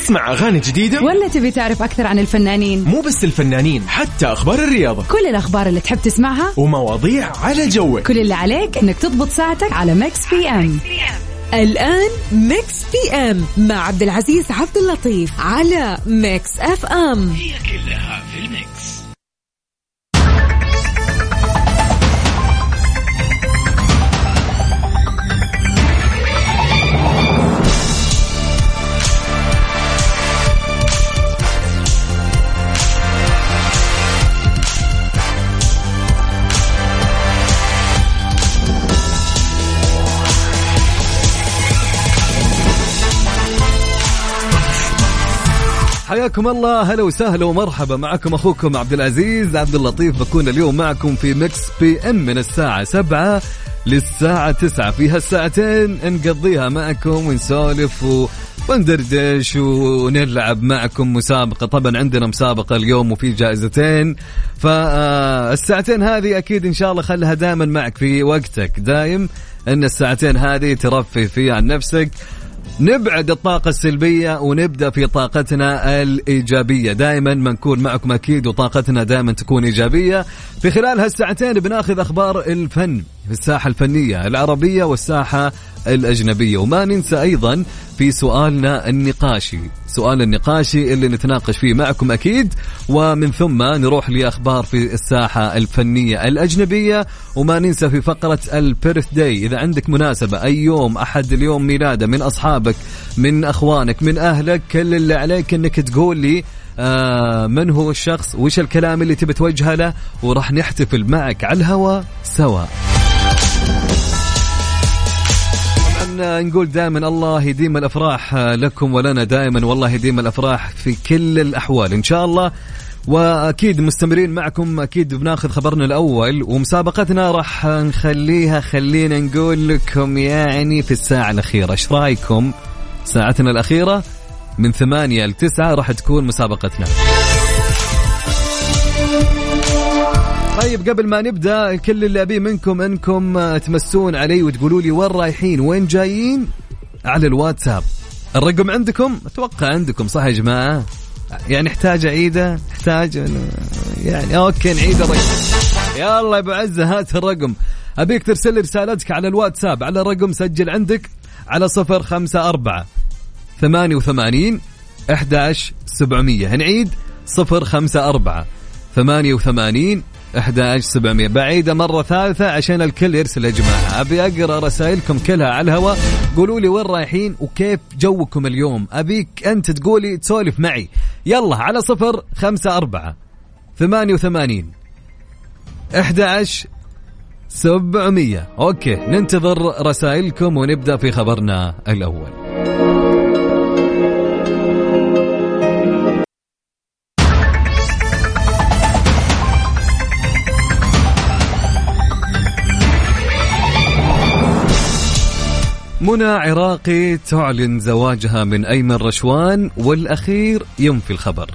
تسمع أغاني جديدة ولا تبي تعرف أكثر عن الفنانين؟ مو بس الفنانين، حتى أخبار الرياضة، كل الأخبار اللي تحب تسمعها ومواضيع على جوك. كل اللي عليك إنك تضبط ساعتك على ميكس بي ام. الآن ميكس بي ام مع عبد العزيز عبد اللطيف على ميكس اف ام. هي كلها في الميكس. حياكم الله، هلا وسهلا ومرحبا، معكم أخوكم عبد العزيز عبد اللطيف. بكون اليوم معكم في ميكس بي ام من الساعة 7 للساعة 9. في هالساعتين نقضيها معكم ونسولف وندردش ونلعب معكم مسابقة. طبعا عندنا مسابقة اليوم وفي جائزتين، فالساعتين هذه أكيد إن شاء الله خلها دائما معك في وقتك دايم، أن الساعتين هذه ترفي فيها عن نفسك. نبعد الطاقة السلبية ونبدأ في طاقتنا الإيجابية. دائما ما نكون معكم أكيد وطاقتنا دائما تكون إيجابية. في خلال هالساعتين بناخذ أخبار الفن في الساحة الفنية العربية والساحة الأجنبية، وما ننسى أيضا في سؤالنا النقاشي، سؤال النقاشي اللي نتناقش فيه معكم أكيد، ومن ثم نروح لأخبار في الساحة الفنية الأجنبية. وما ننسى في فقرة البيرث داي، إذا عندك مناسبة أي يوم أحد اليوم ميلاده من أصحابك من أخوانك من أهلك، كل اللي عليك أنك تقول لي من هو الشخص وش الكلام اللي تبي توجهه له، وراح نحتفل معك على الهواء سوا. نقول دائما الله يديم الأفراح لكم ولنا دائما، والله يديم الأفراح في كل الأحوال إن شاء الله. وأكيد مستمرين معكم، أكيد بناخذ خبرنا الأول، ومسابقتنا راح نخليها خلينا نقول لكم يعني في الساعة الأخيرة. إيش رأيكم؟ ساعتنا الأخيرة من 8 ل 9 راح تكون مسابقتنا. طيب قبل ما نبدأ، كل اللي أبيه منكم أنكم تمسون علي وتقولوا لي وين رايحين وين جايين على الواتساب. الرقم عندكم؟ أتوقع عندكم صح يا جماعة؟ يعني احتاج عيدة، احتاج يعني أوكي نعيد الرقم. يلا يا أبو عزة هات الرقم. أبيك ترسل لي رسالتك على الواتساب على الرقم، سجل عندك على 054 88 11 700. هنعيد 054 88 11 700. بعيدة مرة ثالثة عشان الكل يرسل يا جماعة. أبي أقرأ رسائلكم كلها على الهواء. قولوا لي وين رايحين وكيف جوكم اليوم. أبيك أنت تقولي تسولف معي. يلا على 054 88 11 700. أوكي ننتظر رسائلكم ونبدأ في خبرنا الأول. منى عراقي تعلن زواجها من أيمن رشوان والأخير ينفي الخبر.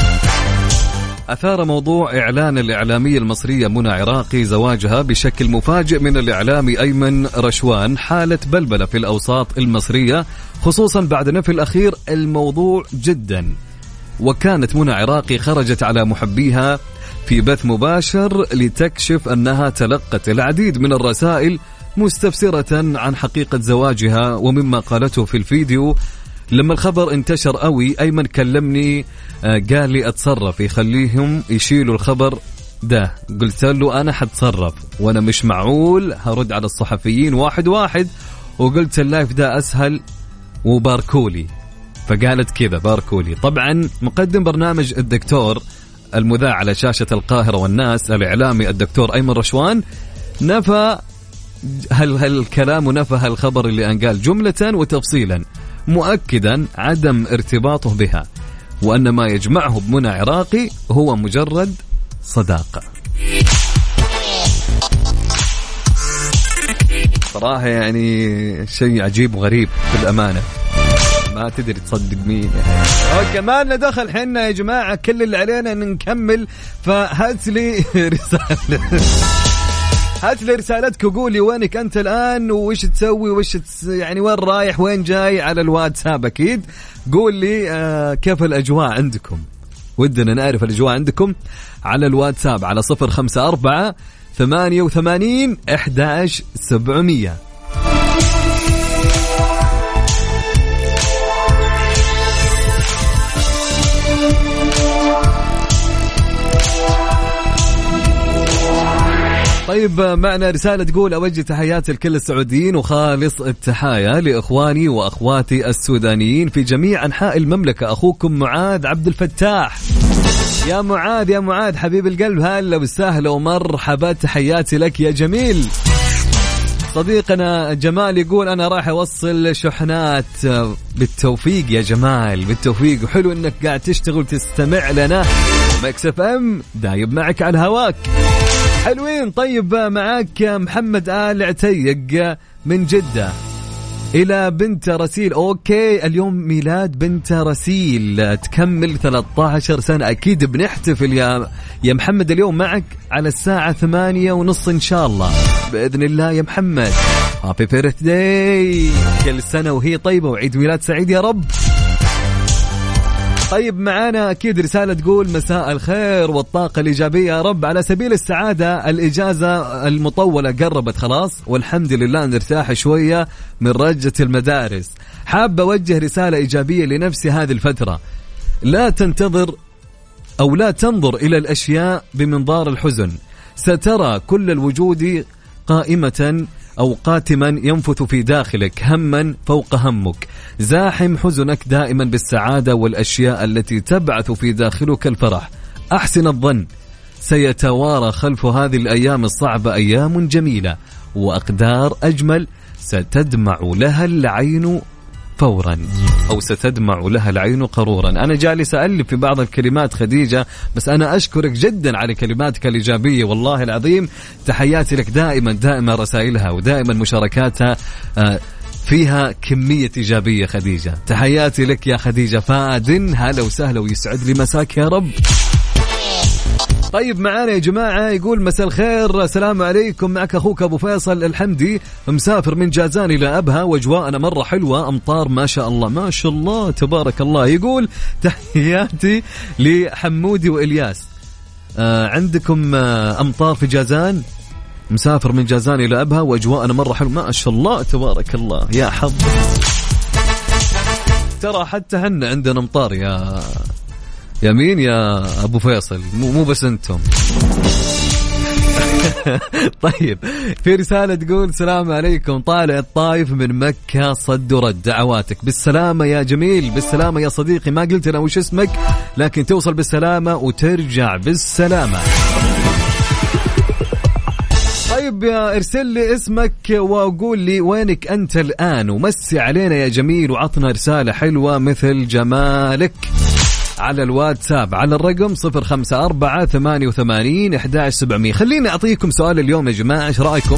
أثار موضوع إعلان الإعلامية المصرية منى عراقي زواجها بشكل مفاجئ من الإعلامي أيمن رشوان حالة بلبلة في الأوساط المصرية، خصوصا بعد نفي الأخير الموضوع جدا. وكانت منى عراقي خرجت على محبيها في بث مباشر لتكشف أنها تلقت العديد من الرسائل مستفسرة عن حقيقة زواجها. ومما قالته في الفيديو: لما الخبر انتشر قوي أيمن كلمني قال لي أتصرف يخليهم يشيلوا الخبر ده. قلت له أنا حتصرف وأنا مش معقول هرد على الصحفيين واحد واحد، وقلت اللايف ده أسهل وباركولي. فقالت كذا باركولي. طبعا مقدم برنامج الدكتور المذاع على شاشة القاهرة والناس الإعلامي الدكتور أيمن رشوان نفى هالكلام ونفى هالخبر اللي أنقال جملة وتفصيلا، مؤكدا عدم ارتباطه بها، وأن ما يجمعه بمنى عراقي هو مجرد صداقة. صراحة يعني شيء عجيب وغريب بالأمانة، ما تدري تصدق مين يعني. أوكي ما لنا دخل حنا يا جماعة، كل اللي علينا أن نكمل. فهات لي رسالة هات لي رسالتك وقولي وينك أنت الآن وإيش تسوي يعني وين رايح وين جاي على الواتساب. أكيد قول لي كيف الأجواء عندكم، ودنا نعرف الأجواء عندكم على الواتساب على 054-88-11-700. طيب معنا رسالة تقول أوجه تحياتي لكل السعوديين وخالص التحايا لإخواني وأخواتي السودانيين في جميع أنحاء المملكة. أخوكم معاذ عبد الفتاح. يا معاذ حبيب القلب، هلا بالسهل ومرحبا، تحياتي لك يا جميل. صديقنا جمال يقول أنا راح أوصل شحنات. بالتوفيق يا جمال، بالتوفيق، وحلو أنك قاعد تشتغل تستمع لنا. ميكس اف ام دايب معك على هواك. حلوين. طيب معاك محمد آل عتيق من جدة إلى بنت رسيل. أوكي اليوم ميلاد بنت رسيل تكمل 13 سنة. أكيد بنحتفل يا محمد اليوم معك على الساعة 8:30 إن شاء الله بإذن الله يا محمد. هابي بيرثداي، كل سنة وهي طيبة وعيد ميلاد سعيد يا رب. طيب معانا أكيد رسالة تقول مساء الخير والطاقة الإيجابية يا رب. على سبيل السعادة الإجازة المطولة قربت خلاص والحمد لله نرتاح شوية من رجة المدارس. حاب أوجه رسالة إيجابية لنفسي هذه الفترة، لا تنتظر أو لا تنظر إلى الأشياء بمنظار الحزن. سترى كل الوجود قائمة أو قاتما ينفث في داخلك هما فوق همك. زاحم حزنك دائما بالسعادة والأشياء التي تبعث في داخلك الفرح. أحسن الظن سيتوارى خلف هذه الأيام الصعبة أيام جميلة وأقدار أجمل ستدمع لها العين فورا أو ستدمع لها العين قرورا. أنا جالس ألف في بعض الكلمات خديجة، بس أنا أشكرك جدا على كلماتك الإيجابية والله العظيم. تحياتي لك دائما رسائلها ودائما مشاركاتها فيها كمية إيجابية خديجة. تحياتي لك يا خديجة فادن، هلا وسهلا ويسعد لي مساك يا رب. طيب معانا يا جماعة يقول مساء الخير، السلام عليكم، معك أخوك أبو فيصل الحمدي، مسافر من جازان إلى أبها وأجواءنا مرة حلوة، أمطار ما شاء الله ما شاء الله تبارك الله. يقول تحياتي لحمودي وإلياس. عندكم أمطار في جازان؟ مسافر من جازان إلى أبها وأجواءنا مرة حلوة ما شاء الله تبارك الله. يا حظ، ترى حتى هن عندنا أمطار يا مين يا أبو فيصل، مو بس أنتم. طيب في رسالة تقول السلام عليكم، طالع الطايف من مكة صد ورد، دعواتك بالسلامة يا جميل. بالسلامة يا صديقي، ما قلت لنا وش اسمك لكن توصل بالسلامة وترجع بالسلامة. طيب ارسل لي اسمك وقول لي وينك أنت الآن ومسي علينا يا جميل وعطنا رسالة حلوة مثل جمالك على الواتساب على الرقم 054-88-11-700. خليني أعطيكم سؤال اليوم يا جماعة، ايش رأيكم؟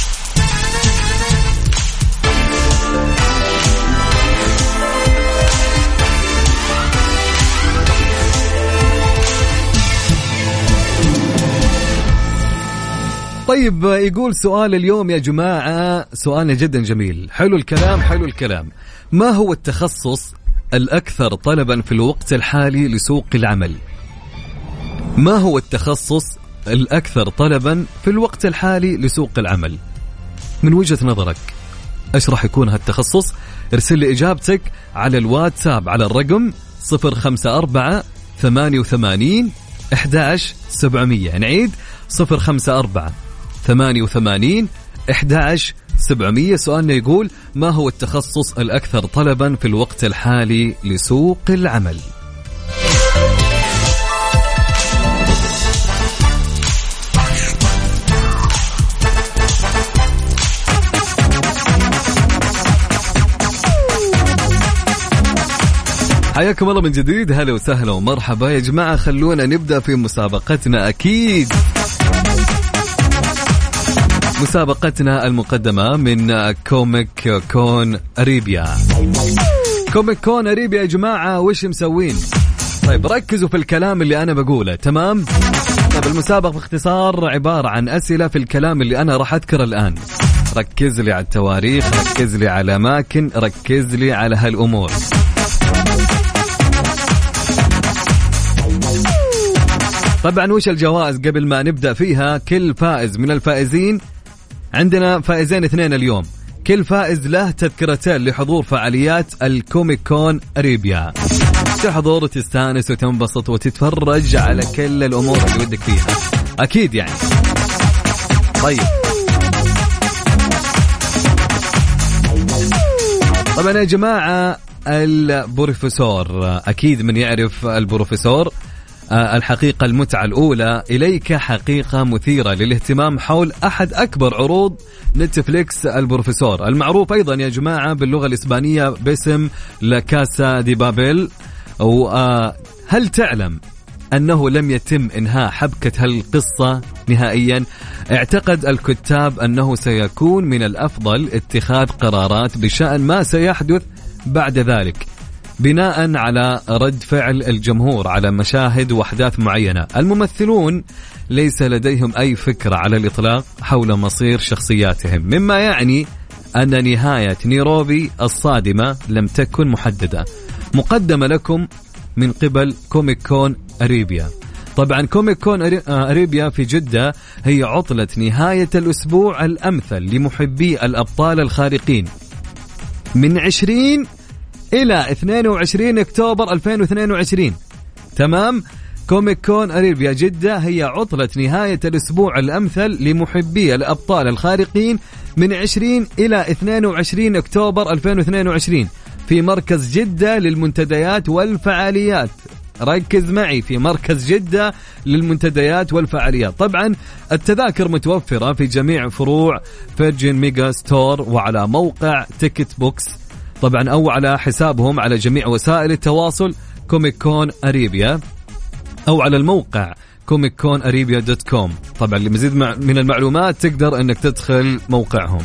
طيب يقول سؤال اليوم يا جماعة سؤالنا جدا جميل، حلو الكلام حلو الكلام. ما هو التخصص الأكثر طلبا في الوقت الحالي لسوق العمل؟ ما هو التخصص الأكثر طلبا في الوقت الحالي لسوق العمل من وجهة نظرك؟ ايش راح يكون هالتخصص؟ ارسل لي إجابتك على الواتساب على الرقم 054-88-11-700. نعيد 054-88-11-700. سؤالنا يقول ما هو التخصص الأكثر طلبا في الوقت الحالي لسوق العمل؟ حياكم الله من جديد، هلا وسهلا ومرحبا يا جماعة. خلونا نبدأ في مسابقتنا أكيد، مسابقتنا المقدمة من كوميك كون أريبيا. كوميك كون أريبيا يا جماعة وش مسوين؟ طيب ركزوا في الكلام اللي أنا بقوله، تمام؟ طيب المسابقة باختصار عبارة عن أسئلة في الكلام اللي أنا راح أذكره الآن. ركز لي على التواريخ، ركز لي على أماكن، ركز لي على هالأمور. طبعا وش الجوائز قبل ما نبدأ فيها؟ كل فائز من الفائزين، عندنا فائزين 2 اليوم، كل فائز له تذكرتين لحضور فعاليات الكوميك كون أريبيا. تحضر وتستانس وتنبسط وتتفرج على كل الأمور اللي ودك فيها أكيد يعني. طيب طبعا يا جماعة البروفيسور، أكيد من يعرف البروفيسور، الحقيقة المتعة الأولى إليك حقيقة مثيرة للاهتمام حول أحد أكبر عروض نتفليكس البروفيسور، المعروف أيضا يا جماعة باللغة الإسبانية باسم لا كاسا دي بابل. هل تعلم أنه لم يتم إنهاء حبكة هالقصة نهائيا؟ اعتقد الكتاب أنه سيكون من الأفضل اتخاذ قرارات بشأن ما سيحدث بعد ذلك بناء على رد فعل الجمهور على مشاهد وأحداث معينة. الممثلون ليس لديهم أي فكرة على الإطلاق حول مصير شخصياتهم، مما يعني أن نهاية نيروبي الصادمة لم تكن محددة. مقدمة لكم من قبل كوميك كون أريبيا. طبعا كوميك كون أريبيا في جدة هي عطلة نهاية الأسبوع الأمثل لمحبي الأبطال الخارقين من 20 إلى 22 أكتوبر 2022. تمام؟ كوميك كون أريبيا جدة هي عطلة نهاية الأسبوع الأمثل لمحبي الأبطال الخارقين من 20 إلى 22 أكتوبر 2022 في مركز جدة للمنتديات والفعاليات. ركز معي، في مركز جدة للمنتديات والفعاليات. طبعا التذاكر متوفرة في جميع فروع فيرجن ميجا ستور وعلى موقع تيكت بوكس طبعا، أو على حسابهم على جميع وسائل التواصل كوميك كون أريبيا، أو على الموقع comiccon.arabia.com. طبعا لمزيد من المعلومات تقدر أنك تدخل موقعهم.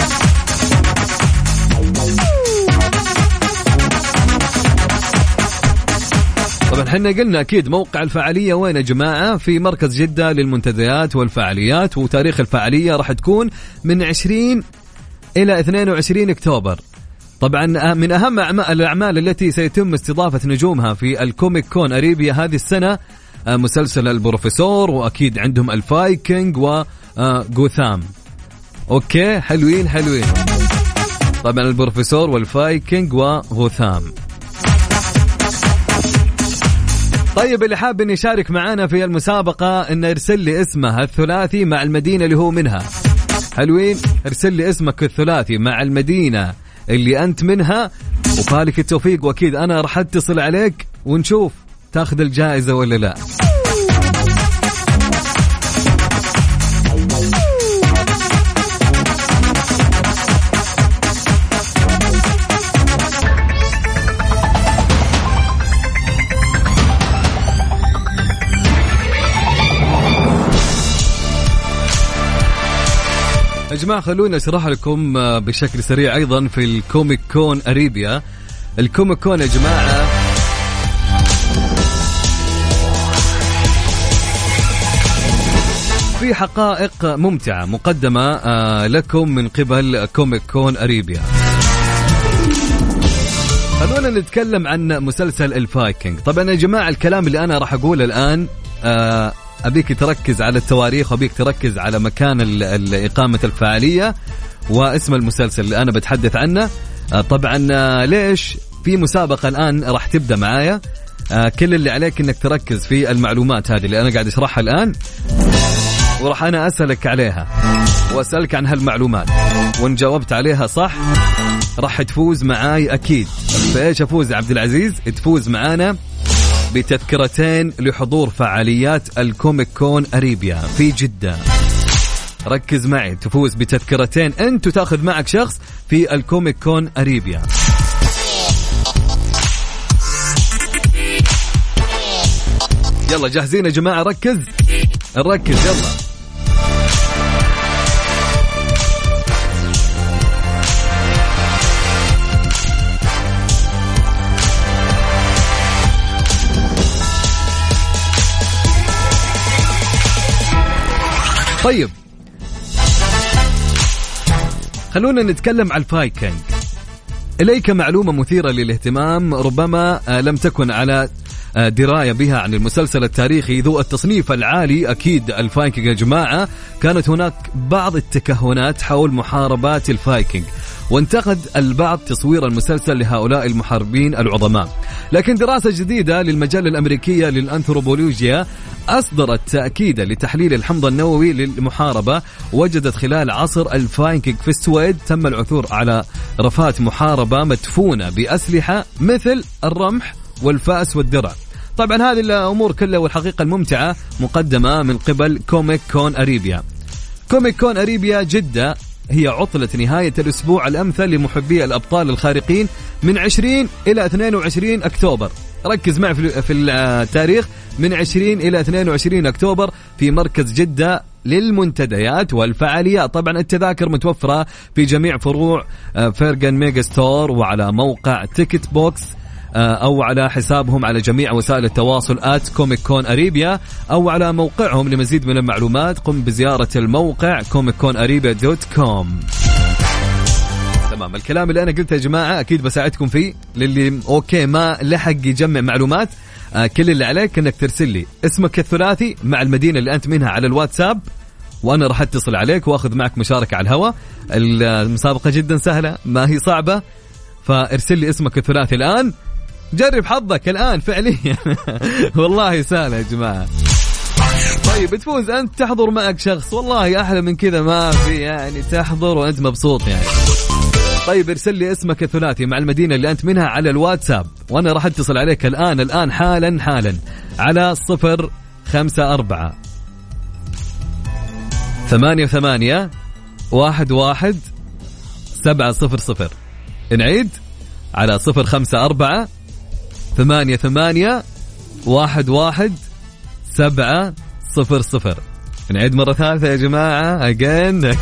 طبعا حنا قلنا أكيد موقع الفعالية وين يا جماعة؟ في مركز جدة للمنتديات والفعاليات، وتاريخ الفعالية راح تكون من 20 إلى 22 أكتوبر. طبعا من أهم الأعمال التي سيتم استضافة نجومها في الكوميك كون أريبيا هذه السنة مسلسل البروفيسور، وأكيد عندهم الفايكنج وغوثام. أوكي حلوين. طبعا البروفيسور والفايكنج وغوثام. طيب اللي حاب أن يشارك معنا في المسابقة إنه يرسل لي اسمه الثلاثي مع المدينة اللي هو منها. حلوين، ارسل لي اسمك الثلاثي مع المدينة اللي أنت منها وفالك التوفيق، وأكيد أنا رح أتصل عليك ونشوف تاخذ الجائزة ولا لا. يا جماعة خلوني أشرح لكم بشكل سريع أيضا في الكوميك كون أريبيا. الكوميك كون يا جماعة في حقائق ممتعة مقدمة لكم من قبل كوميك كون أريبيا. خلونا نتكلم عن مسلسل الفايكنج. طبعا يا جماعة الكلام اللي أنا راح أقوله الآن أبيك تركز على التواريخ، وأبيك تركز على مكان إقامة الفعالية واسم المسلسل اللي أنا بتحدث عنه. طبعا ليش؟ في مسابقة الآن راح تبدأ معايا. كل اللي عليك إنك تركز في المعلومات هذه اللي أنا قاعد أشرحها الآن، وراح أنا أسألك عليها وأسألك عن هالمعلومات، وإن جاوبت عليها صح راح تفوز معاي أكيد. فإيش أفوز يا عبد العزيز؟ تفوز معانا بتذكرتين لحضور فعاليات الكوميك كون أريبيا في جدة. ركز معي، تفوز بتذكرتين أنت تأخذ معك شخص في الكوميك كون أريبيا. يلا جاهزين يا جماعة؟ نركز يلا. طيب خلونا نتكلم عن الفايكنج. إليك معلومة مثيرة للاهتمام ربما لم تكن على دراية بها عن المسلسل التاريخي ذو التصنيف العالي. أكيد الفايكنج يا جماعة كانت هناك بعض التكهنات حول محاربات الفايكنج، وانتقد البعض تصوير المسلسل لهؤلاء المحاربين العظماء. لكن دراسة جديدة للمجلة الأمريكية للأنثروبولوجيا أصدرت تأكيدا لتحليل الحمض النووي للمحاربة، وجدت خلال عصر الفايكنج في السويد تم العثور على رفات محاربة مدفونة بأسلحة مثل الرمح والفأس والدرع. طبعا هذه الأمور كلها والحقيقة الممتعة مقدمة من قبل كوميك كون أريبيا. كوميك كون أريبيا جدة هي عطلة نهاية الأسبوع الأمثل لمحبي الأبطال الخارقين من 20 إلى 22 أكتوبر. ركز معي في التاريخ، من 20 إلى 22 أكتوبر في مركز جدة للمنتديات والفعاليات. طبعا التذاكر متوفرة في جميع فروع فيرغن ميجا ستور وعلى موقع تيكت بوكس أو على حسابهم على جميع وسائل التواصل @كوميكون أريبيا أو على موقعهم. لمزيد من المعلومات قم بزيارة الموقع comiconaribia.com. تمام، الكلام اللي أنا قلته يا جماعة أكيد بساعدكم فيه. للي أوكي ما لحق يجمع معلومات، كل اللي عليك أنك ترسل لي اسمك الثلاثي مع المدينة اللي أنت منها على الواتساب، وأنا راح أتصل عليك وأخذ معك مشاركة على الهواء. المسابقة جدا سهلة، ما هي صعبة، فارسل لي اسمك الثلاثي الآن. جرب حظك الآن فعليا والله سهلة يا جماعة. طيب تفوز أنت، تحضر معك شخص، والله أحلى من كذا ما في، يعني تحضر وأنت مبسوط يعني. طيب ارسل لي اسمك الثلاثي مع المدينة اللي أنت منها على الواتساب، وأنا راح أتصل عليك الآن حالا على 054 88 11 700. نعيد على 054 88 11 700. نعيد مرة ثالثة يا جماعة again.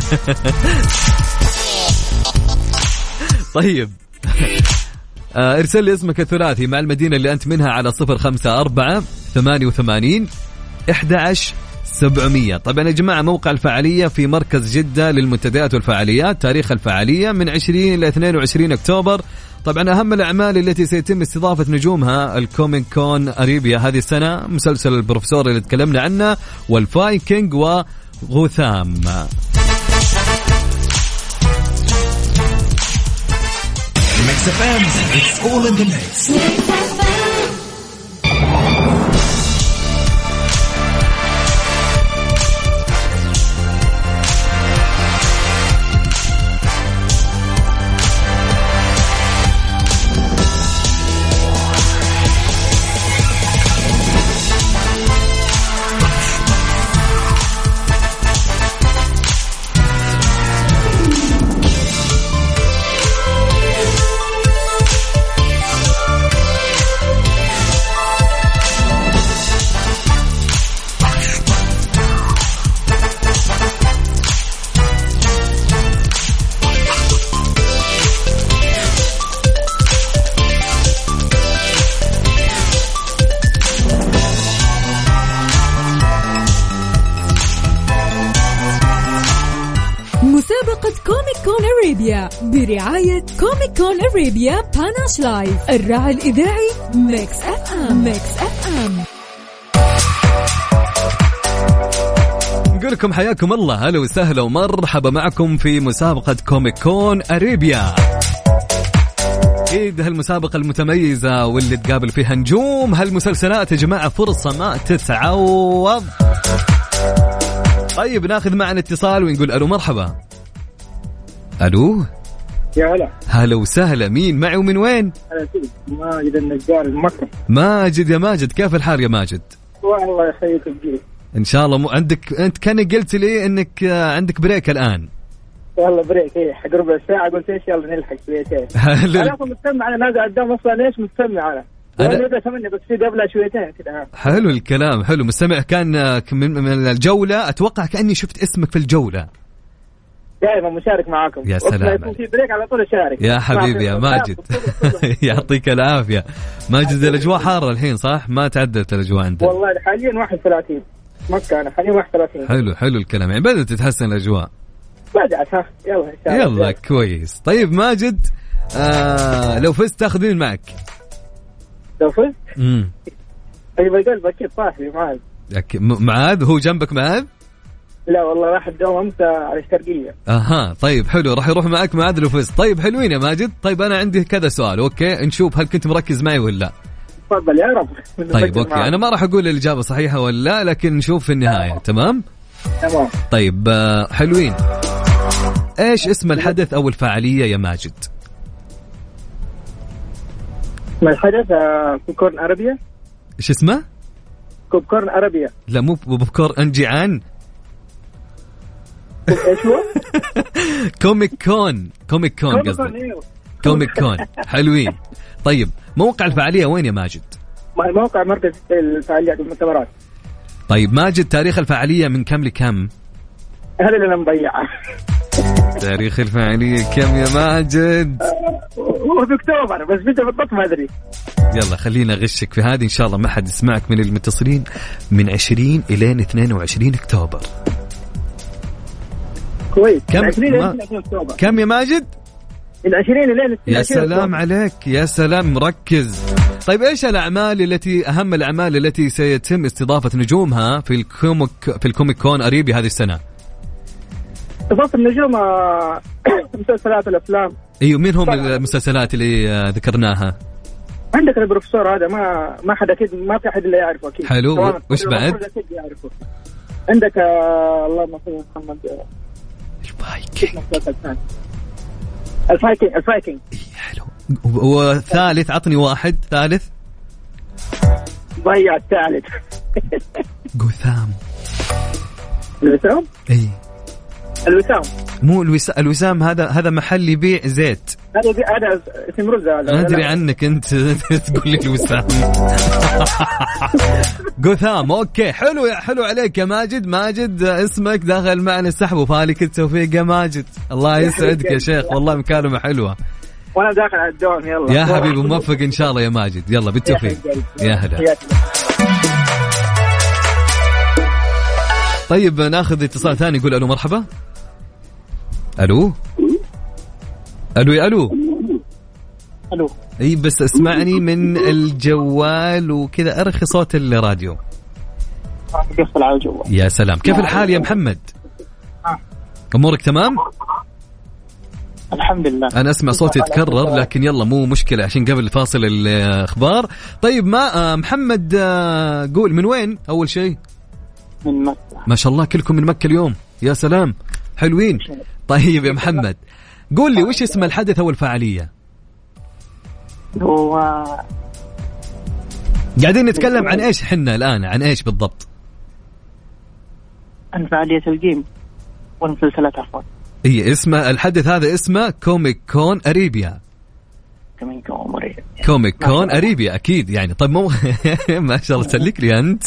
طيب ارسل لي اسمك الثلاثي مع المدينة اللي أنت منها على 054 88 11 700. طبعا يا جماعة موقع الفعالية في مركز جدة للمنتديات والفعاليات. تاريخ الفعالية من 20 إلى 22 أكتوبر. طبعا أهم الأعمال التي سيتم استضافة نجومها الكوميك كون أريبيا هذه السنة مسلسل البروفيسور اللي تكلمنا عنه، والفايكنج وغثام. برعاية كوميك كون أريبيا باناش لايف، الراعي الإذاعي ميكس اف ام. نقول لكم حياكم الله، هلا وسهلا ومرحبا معكم في مسابقة كوميك كون أريبيا. أكيد هالمسابقة المتميزة واللي تقابل فيها نجوم هالمسلسلات يا جماعة، فرصة ما تتعوض. طيب ناخذ معنا اتصال ونقول ألو مرحبا. ألو يا هلا وسهلا، مين معي ومن وين؟ ماجد النجار المكرم. ماجد يا ماجد، كيف الحال يا ماجد؟ والله يحييك بجيك إن شاء الله. عندك أنت كان قلت لي إنك عندك بريك الآن. والله بريك إيه حق ربع ساعة، قلت إيش يلا نلحق شويتين. أنا أصلا مستمع، أنا نازل قدام أصلا ليش مستمع أنا نبدأ ثمانية بس في قبلها شويتين كده. حلو الكلام، حلو. مستمع كان من الجولة، أتوقع كأني شفت اسمك في الجولة. دائما مشارك معاكم. يا سلام، يكون في بريك على طول أشارك. يا حبيبي يا ماجد يعطيك العافية. ماجد الأجواء حارة الحين صح؟ ما تعدلت الأجواء عندنا والله حاليا 31. مكة أنا حاليا 31. حلو الكلام، يعني بدأت تتحسن الأجواء. بدأت ها، يلا كويس. طيب ماجد، لو فزت تاخذين معك؟ لو فزت أيوة قلب أكيد صاحبي معاذ. معاذ هو جنبك معاذ؟ لا والله راح الدوام أمتى على الشرقية. طيب حلو، راح يروح معك معاذ لو فزت. طيب حلوين يا ماجد. طيب أنا عندي كذا سؤال، أوكي نشوف هل كنت مركز معي ولا لا. تفضل يا رب. طيب أوكي معاذ. أنا ما راح أقول الإجابة صحيحة ولا لا، لكن نشوف في النهاية. تمام. طيب حلوين. إيش اسم الحدث أو الفعالية يا ماجد؟ اسم الحدث كوبكورن أرابيا. إيش اسمه؟ كوبكورن أرابيا. لا مو بوبكورن أنجعان. إيش هو؟ كوميك كون قصدي. كوميك كون. حلوين. طيب موقع الفعالية وين يا ماجد؟ موقع مركز الفعاليات والمؤتمرات. طيب ماجد، تاريخ الفعالية من كم لكم؟ هذا اللي أنا مضيعه. تاريخ الفعالية كم يا ماجد؟ هو في أكتوبر، بس متى بالضبط ما أدري. يلا خلينا أغشك في هذه، إن شاء الله ما حد يسمعك من المتصلين. من 20 إلى 22 أكتوبر. كويس. كم يا ماجد؟ من 20 إلى 22. يا سلام عليك، يا سلام مركز. طيب إيش أهم الأعمال التي سيتم استضافة نجومها في الكوميك كون أريبيا هذه السنة؟ استضافة النجوم مسلسلات الأفلام. أيوة، مين هم المسلسلات اللي ذكرناها؟ عندك البروفيسور، هذا ما حد أكيد، ما في أحد اللي يعرفه أكيد. حلو. وش بعد؟ عندك اللهم صل محمد. الفايكنج. حلو. وثالث، عطني واحد ثالث. ضيع الثالث. جوثام. الوسام؟ اي الوسام. مو الوسام، هذا محل يبيع زيت. هذا اسم رز. هذا ادري عنك انت تقول لي الوسام. جوثام. اوكي حلو عليك يا ماجد اسمك داخل معنا السحب، وفالك التوفيق يا ماجد. الله يسعدك يا شيخ، والله مكالمة حلوة. وانا داخل على الدوام. يلا يا حبيبي، موفق ان شاء الله يا ماجد. يلا بالتوفيق. يا هلا. طيب ناخذ اتصال ثاني. يقول الو مرحبا. الو. اي بس اسمعني من الجوال وكذا، ارخي صوت الراديو. يقفل على الجوال. يا سلام. كيف الحال يا محمد؟ امورك تمام؟ الحمد لله. أنا أسمع صوتي يتكرر، لكن يلا مو مشكلة عشان قبل فاصل الأخبار. طيب محمد، قول من وين أول شيء؟ من مكة. ما شاء الله كلكم من مكة اليوم. يا سلام حلوين. طيب يا محمد، قول لي وش اسم الحدث أو الفعالية؟ هو قاعدين نتكلم عن إيش حنا الآن؟ عن إيش بالضبط؟ عن فعالية الجيم والمسلسلات. عفوا. إيه اسم الحدث هذا؟ اسمه كوميك كون أريبيا. كوميك كون أريبيا أكيد يعني. طيب ما شاء الله سلك لي أنت.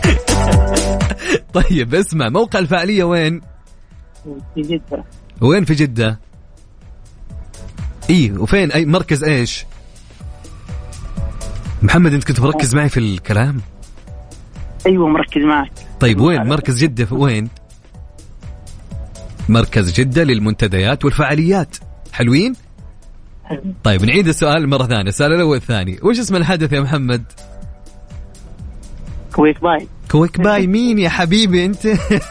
طيب اسمع، موقع الفعالية وين؟ في جدة. وين في جدة؟ إيه وفين؟ أي مركز إيش؟ محمد أنت كنت مركز معي في الكلام؟ أيوة مركز معك. طيب وين مركز جدة؟ وين؟ مركز جدة للمنتديات والفعاليات. حلوين؟ طيب نعيد السؤال مرة ثانية، السؤال الأول الثاني. وش اسم الحدث يا محمد؟ كويك باي. مين يا حبيبي أنت؟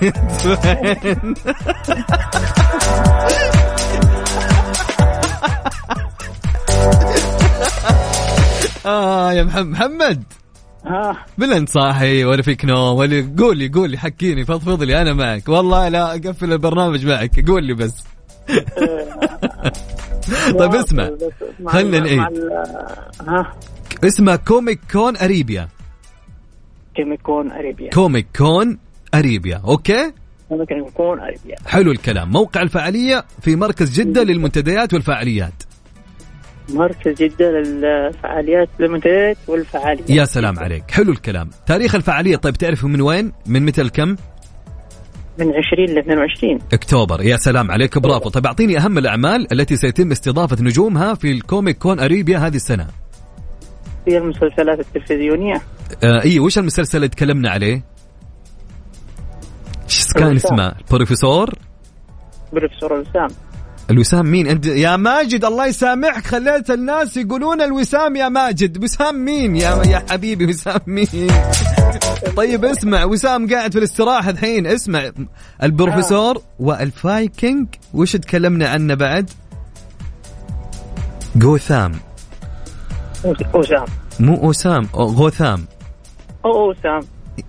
يا محمد بالله انت صاحي ولا فيك نوم ولا؟ قولي حكيني، فضفض لي، انا معك والله، لا اقفل البرنامج معك، قول لي بس. طيب اسمع، خلنا نعيد. اسمها كوميك كون أريبيا. كوميك كون أريبيا. اوكي كون أريبيا. حلو الكلام. موقع الفعالية في مركز جدة للمنتديات والفعاليات. مركز جدة للفعاليات والمنتديات والفعاليات. يا سلام عليك، حلو الكلام. تاريخ الفعالية طيب تعرفوا من وين؟ من متى الكم؟ من 20 ل 22 أكتوبر. يا سلام عليك، برافو. طيب أعطيني أهم الأعمال التي سيتم استضافة نجومها في الكوميك كون أريبيا هذه السنة. هي المسلسلات التلفزيونية. إيه وش المسلسل اللي تكلمنا عليه؟ كان اسمه بروفيسور الوسام. الوسام مين انت يا ماجد؟ الله يسامحك، خليت الناس يقولون الوسام يا ماجد. وسام مين يا حبيبي؟ وسام مين؟ طيب اسمع، وسام قاعد في الاستراحة الحين. اسمع، البروفيسور والفايكنج وش تكلمنا عنه بعد؟ غوثام. أوسام. مو أوسام، غوثام. أوسام.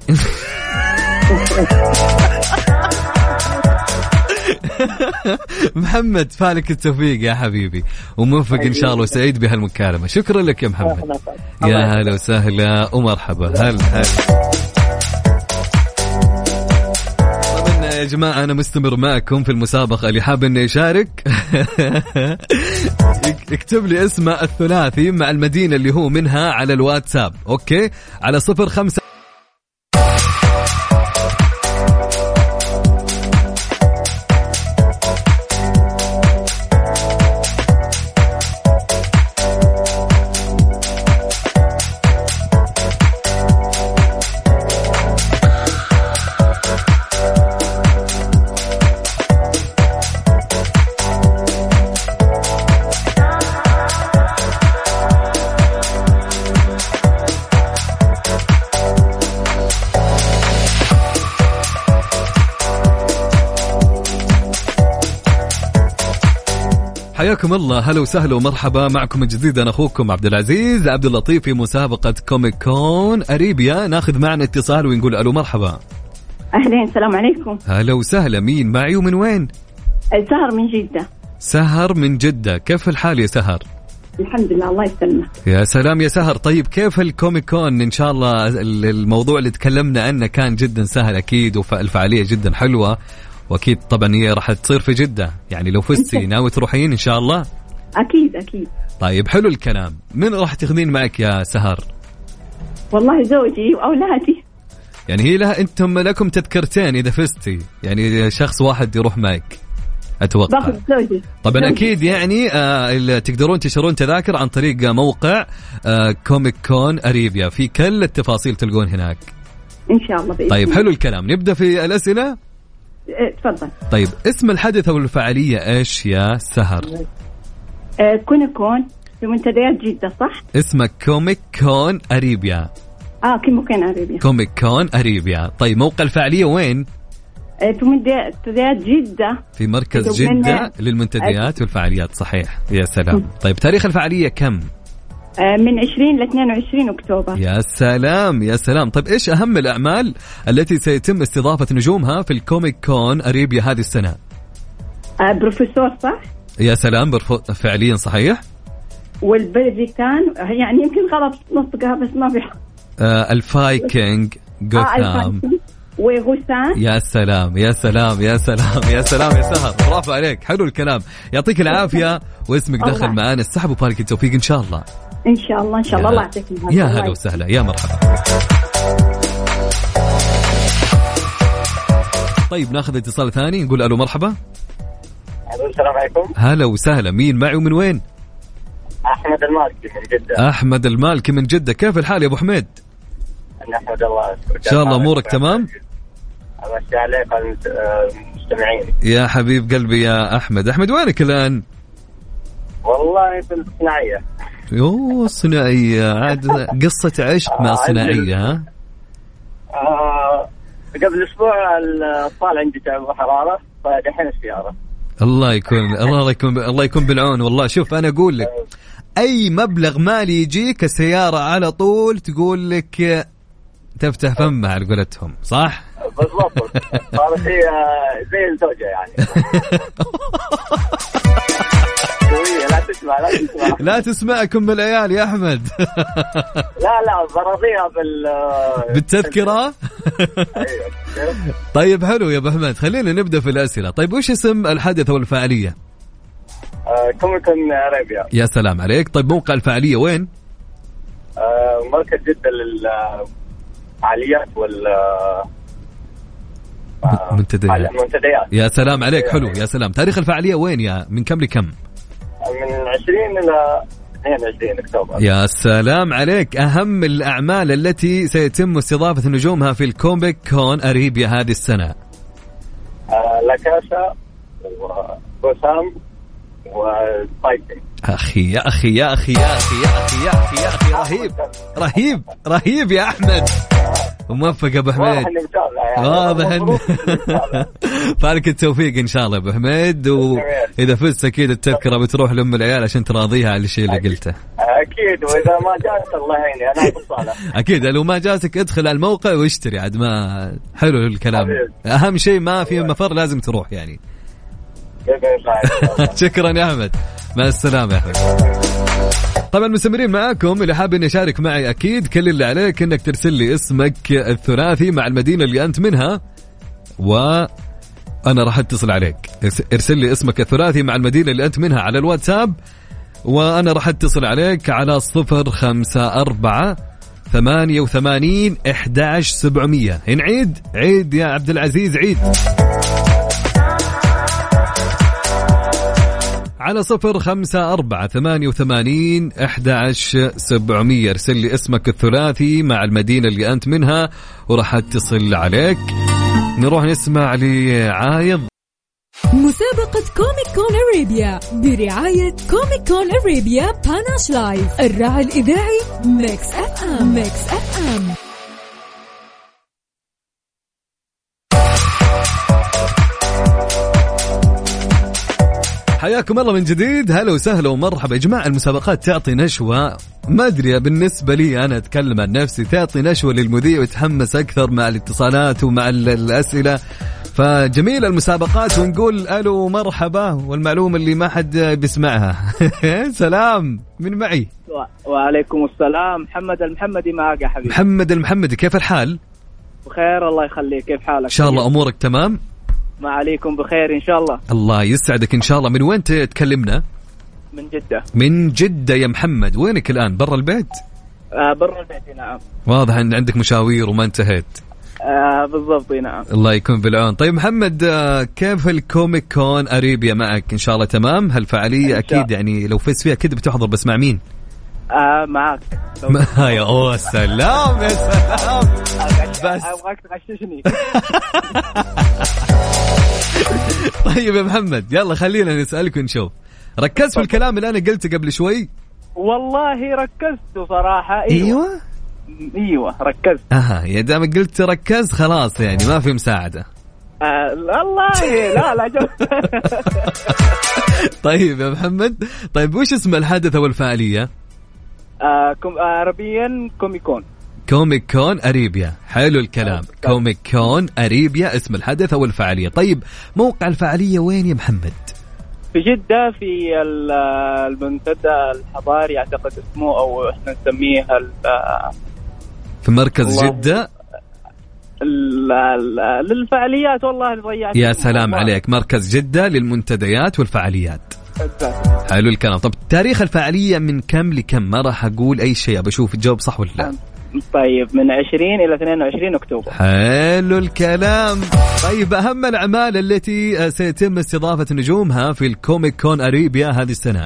محمد، فالك التوفيق يا حبيبي، وموفق إن شاء الله وسعيد بهالمكالمة. شكرا لك يا محمد. يا هلا وسهلا ومرحبا. هلا يا جماعة، أنا مستمر معكم في المسابقة. اللي حاب إنه يشارك اكتب لي اسمه الثلاثي مع المدينة اللي هو منها على الواتساب. أوكي، على 05. حياكم الله، هلا وسهلا ومرحبا معكم من جديد. أنا أخوكم عبد العزيز عبد اللطيف في مسابقة كوميك كون أريبيا. ناخذ معنا اتصال ونقول ألو مرحبا. أهلين، السلام عليكم. هلا وسهلا، مين معي ومن وين؟ سهر من جدة. سهر من جدة، كيف الحال يا سهر؟ الحمد لله، الله يسلمك. يا سلام يا سهر. طيب كيف الكوميك كون؟ إن شاء الله الموضوع اللي تكلمنا عنه كان جدا سهل أكيد، والفعالية جدا حلوة، واكيد طبعا هي راح تصير في جدة، يعني لو فزتي ناوي تروحين ان شاء الله؟ اكيد. طيب حلو الكلام. من راح تاخذين معك يا سهر؟ والله زوجي واولادي. يعني هي لها انتم لكم تذكرتين اذا فزتي، يعني شخص واحد يروح معك اتوقع. باخذ زوجي طبعا اكيد. يعني تقدرون تشترون تذاكر عن طريق موقع كوميك كون أريبيا، في كل التفاصيل تلقون هناك ان شاء الله. طيب حلو الكلام، نبدا في الاسئله. تفضل. طيب اسم الحدث او الفعاليه ايش يا سهر؟ كوميك كون في منتديات جدة، صح؟ اسمه كوميك كون أريبيا. كوميك كون أريبيا. كوميك كون أريبيا. طيب موقع الفعالية وين؟ في منتديات جدة، في مركز جدة للمنتديات والفعاليات. صحيح، يا سلام. طيب تاريخ الفعالية كم؟ من 20 ل 22 أكتوبر. يا سلام يا سلام. طيب إيش أهم الأعمال التي سيتم استضافة نجومها في الكوميك كون أريبيا هذه السنة؟ بروفيسور، صح؟ يا سلام، فعليا صحيح. والبلفيكان، يعني يمكن غلط نطقها بس ما في. الفايكنج، غوثام وغوثان. يا سلام يا سلام يا سلام يا سلام يا سهر، برافو عليك، حلو الكلام. يعطيك العافية، واسمك دخل معانا السحب، وبارك التوفيق إن شاء الله. إن شاء الله إن شاء الله. الله يعطيك العافية. يا هلا وسهلا، يا مرحبا. طيب ناخذ اتصال ثاني، نقول ألو مرحبا. السلام عليكم. هلا وسهلا، مين معي ومن وين؟ أحمد المالكي من جدة. أحمد المالكي من جدة، كيف الحال يا أبو حميد؟ نحمد الله، إن شاء الله أمورك تمام؟ أمسي عليك المستمعين. يا حبيب قلبي يا أحمد. أحمد وينك الآن؟ والله في الصناعية. يوه الصناعية، عاد قصة عشق مع الصناعية. ها؟ قبل أسبوع الأطفال عندي تعبوا حرارة، فدحين السيارة. الله يكون بالعون. والله شوف أنا أقول لك، أي مبلغ مالي يجيك السيارة على طول تقول لك تفتح فمها على قولتهم، صح؟ بالضبط. صارت هي زي الزوجة يعني. لا تسمعكم بالعيال يا أحمد. لا برضيها بالتذكرة. طيب حلو يا أبو أحمد، خلينا نبدأ في الأسئلة. طيب وش اسم الحدث والفعالية؟ كوميك كون أريبيا. يا سلام عليك. طيب موقع الفعالية وين؟ مركز جدة للفعاليات منتديات. يا سلام عليك، حلو يا سلام. تاريخ الفعالية وين من كم لكم؟ من 20 إلى 22 أكتوبر. يا سلام عليك. أهم الأعمال التي سيتم استضافة نجومها في الكوميك كون أريبيا هذه السنة؟ لاكاسا وسام وسبايكنج. أخي يا أخي يا أخي يا أخي يا أخي يا أخي يا أخي رهيب رهيب رهيب يا أحمد. موفق أبو حميد. واضح فالك التوفيق إن شاء الله أبو حميد. وإذا فزت أكيد التذكرة بتروح لأم العيال عشان تراضيها على الشيء اللي قلته. أكيد. وإذا ما جاءت الله يعيني أنا بصالح. أكيد لو ما جاتك ادخل على الموقع واشتري عاد. ما حلو الكلام. أهم شيء ما في مفر لازم تروح يعني. شكرا يا أحمد مع السلامة يا أحمد. طبعا مستمرين معاكم. اللي حاب اني يشارك معي اكيد كل اللي عليك انك ترسل لي اسمك الثلاثي مع المدينة اللي انت منها وانا راح اتصل عليك. ارسل لي اسمك الثلاثي مع المدينة اللي انت منها على الواتساب وانا راح اتصل عليك على 054 88 11700. نعيد عيد يا عبد العزيز عيد على 054 88 11700. ارسل لي اسمك الثلاثي مع المدينة اللي أنت منها وراح اتصل عليك. نروح نسمع لعايض. مسابقة كوميك كون أرابيا برعاية كوميك كون أرابيا باناش لايف. الراعي الإذاعي ميكس اف ام. ميكس اف ام. حياكم الله من جديد. هلا وسهلا ومرحبا يا جماعة. المسابقات تعطي نشوة. ما أدري بالنسبة لي أنا أتكلم عن نفسي تعطي نشوة للمذيع ويتحمس أكثر مع الاتصالات ومع الأسئلة. فجميل المسابقات ونقول ألو مرحبا. والمعلومة اللي ما حد بيسمعها سلام من معي. وعليكم السلام. محمد المحمدي معك يا حبيبي. محمد المحمدي كيف الحال؟ بخير الله يخليك. كيف حالك؟ إن شاء الله أمورك تمام. ما عليكم بخير إن شاء الله. الله يسعدك إن شاء الله. من وين تكلمنا؟ من جدة. من جدة يا محمد. وينك الآن؟ برا البيت؟ برا البيت نعم. واضح أن عندك مشاوير وما انتهيت. بالضبط نعم. الله يكون بالعون. طيب محمد كيف الكوميك كون أريبيا معك؟ إن شاء الله تمام. هالفعالية أكيد يعني لو فزت فيها كده بتحضر بس مع مين؟ معك. يا سلام يا سلام. بس أبغاك تغششني. طيب يا محمد يلا خلينا نسألك ونشوف. ركزت في الكلام اللي أنا قلته قبل شوي؟ والله ركزت صراحة. أيوة ركزت. يا دام قلت ركز خلاص يعني ما في مساعدة. والله لا طيب يا محمد. طيب وش اسم الحدث أو الفعالية؟ عربيا كوميكون. كوميك كون أريبيا. حلو الكلام. كوميك كون أريبيا اسم الحدث أو الفعالية. طيب موقع الفعالية وين يا محمد؟ في جدة في المنتدى الحضاري أعتقد اسمه أو إحنا نسميه في مركز جدة. للفعاليات والله ضيعت. يا سلام عليك. مركز جدة للمنتديات والفعاليات. حلو الكلام. طب تاريخ الفعالية من كم لكم؟ ما راح أقول أي شيء بشوف الجواب صح ولا لا. طيب من 20 إلى 22 أكتوبر. حلو الكلام. طيب أهم الأعمال التي سيتم استضافة نجومها في الكوميك كون أريبيا هذه السنة؟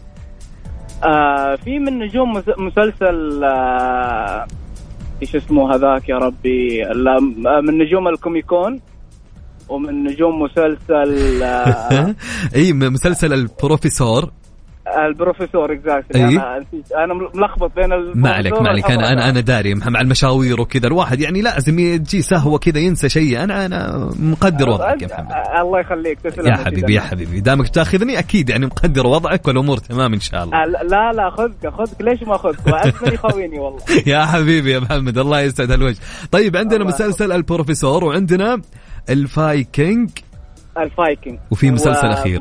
في من نجوم مسلسل إيش اسمه هذاك يا ربي من نجوم الكوميكون ومن نجوم مسلسل اي مسلسل البروفيسور اكزاكتلي. انا ملخبط بين ما عليك انا داري مع المشاوير وكذا الواحد يعني لازم يجي سهوه كذا ينسى شيء. انا مقدر وضعك يا محمد. الله يخليك تسلم يا حبيبي دامك تاخذني اكيد يعني مقدر وضعك والامور تمام ان شاء الله. لا خذك ليش ما خذك واسمني خويني والله. يا حبيبي يا محمد الله يسعد هالوجه. طيب عندنا مسلسل البروفيسور وعندنا الفايكنج وفي مسلسل أخير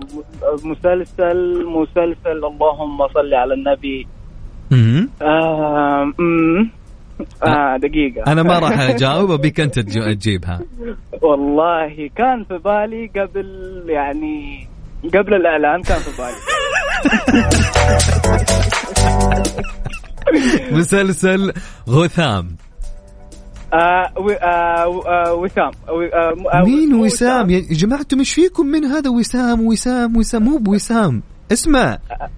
مسلسل اللهم صل على النبي. دقيقة أنا ما راح أجاوب أبيك أنت تجيبها. والله كان في بالي قبل الإعلان كان في بالي. مسلسل غثام. وسام. مين وسام يا جماعة؟ انتم مش فيكم من هذا وسام مو بوسام. اسمع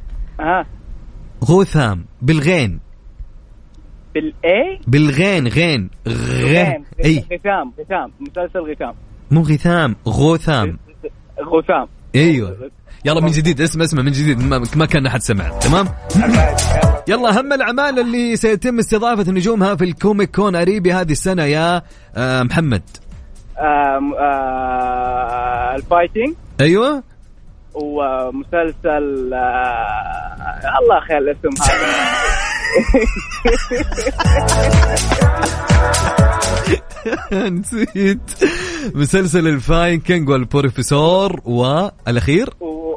غثام بالغين. بالايه؟ بالغين غين. غثام. مسلسل غثام. مو غثام، غوثام. غوثام. ايوه يلا من جديد، اسمه من جديد، ما كان أحد سمع. تمام. يلا أهم الأعمال اللي سيتم استضافة نجومها في الكوميك كون أريبي هذه السنة يا محمد. الفايتنج. أيوة. ومسلسل الله خير الاسم هذا. نسيت. مسلسل الفايكنج والبروفيسور والأخير